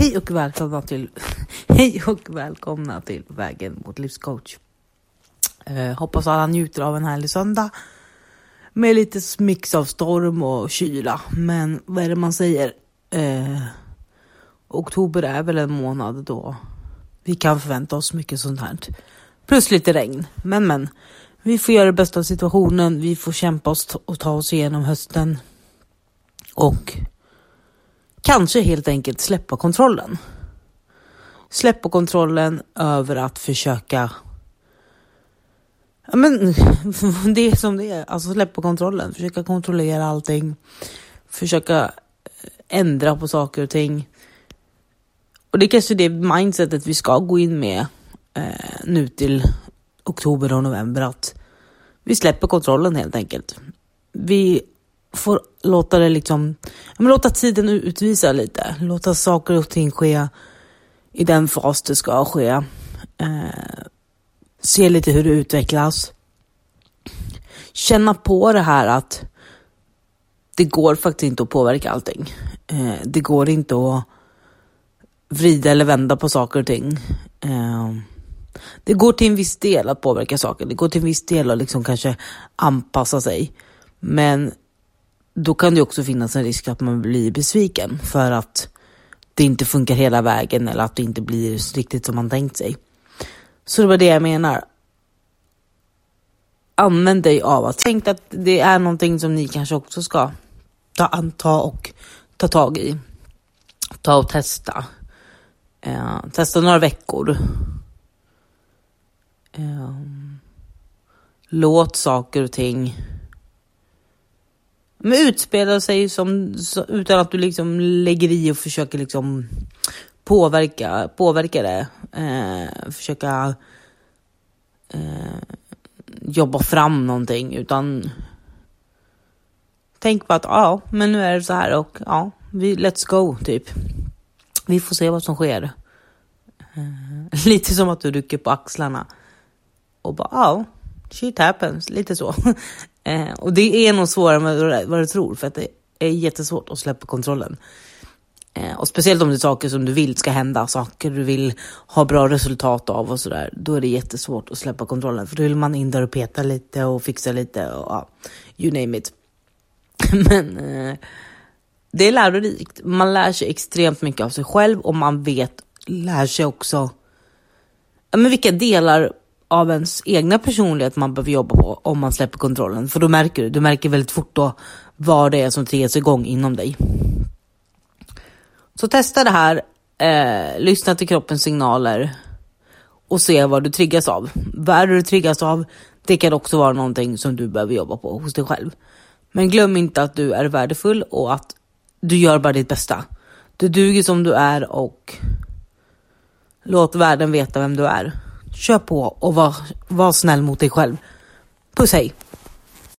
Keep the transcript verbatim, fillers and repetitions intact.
Hej och välkomna till Hej och välkomna till Vägen mot livscoach. Eh, hoppas alla njuter av en härlig söndag med lite mix av storm och kyla. Men vad är det man säger? Eh, oktober är väl en månad då vi kan förvänta oss mycket sånt här. Plus lite regn. Men men, vi får göra det bästa av situationen. Vi får kämpa oss och ta oss igenom hösten. Och kanske helt enkelt släppa kontrollen. Släppa kontrollen över att försöka... Ja, men det är som det är. Alltså släppa kontrollen. Försöka kontrollera allting. Försöka ändra på saker och ting. Och det är kanske det mindsetet vi ska gå in med eh, nu till oktober och november. Att vi släpper kontrollen helt enkelt. Vi får låta det liksom... Men låta tiden utvisa lite. Låta saker och ting ske i den fas det ska ske. Eh, se lite hur det utvecklas. Känna på det här att det går faktiskt inte att påverka allting. Eh, det går inte att vrida eller vända på saker och ting. Eh, det går till en viss del att påverka saker. Det går till en viss del att liksom kanske anpassa sig. Men då kan det också finnas en risk att man blir besviken för att det inte funkar hela vägen eller att det inte blir riktigt som man tänkt sig. Så det var det jag menar. Använd dig av att tänk att det är någonting som ni kanske också ska ta, anta och ta tag i. Ta och testa. Eh, testa några veckor. Eh, låt saker och ting men utspela sig som, utan att du liksom lägger i och försöker liksom påverka, påverka det. Eh, försöka eh, jobba fram någonting. Utan tänk på att ja, men nu är det så här och ja, vi, let's go typ. Vi får se vad som sker. Eh, lite som att du rycker på axlarna. Och bara ja, shit happens. Lite så. Eh, och det är nog svårare än vad du tror. För att det är jättesvårt att släppa kontrollen. Eh, och speciellt om det är saker som du vill ska hända. Saker du vill ha bra resultat av och sådär. Då är det jättesvårt att släppa kontrollen. För då vill man in där och peta lite och fixa lite. Och ja, you name it. Men eh, det är lärorikt. Man lär sig extremt mycket av sig själv. Och man vet, lär sig också ja, men vilka delar av ens egna personlighet man behöver jobba på om man släpper kontrollen. För då märker du, du märker väldigt fort då vad det är som triggas igång inom dig. Så testa det här, eh, lyssna till kroppens signaler och se vad du triggas av. Vad du triggas av, det kan också vara någonting som du behöver jobba på hos dig själv. Men glöm inte att du är värdefull och att du gör bara ditt bästa. Du duger som du är och låt världen veta vem du är. Kör på och var, var snäll mot dig själv. Puss hej!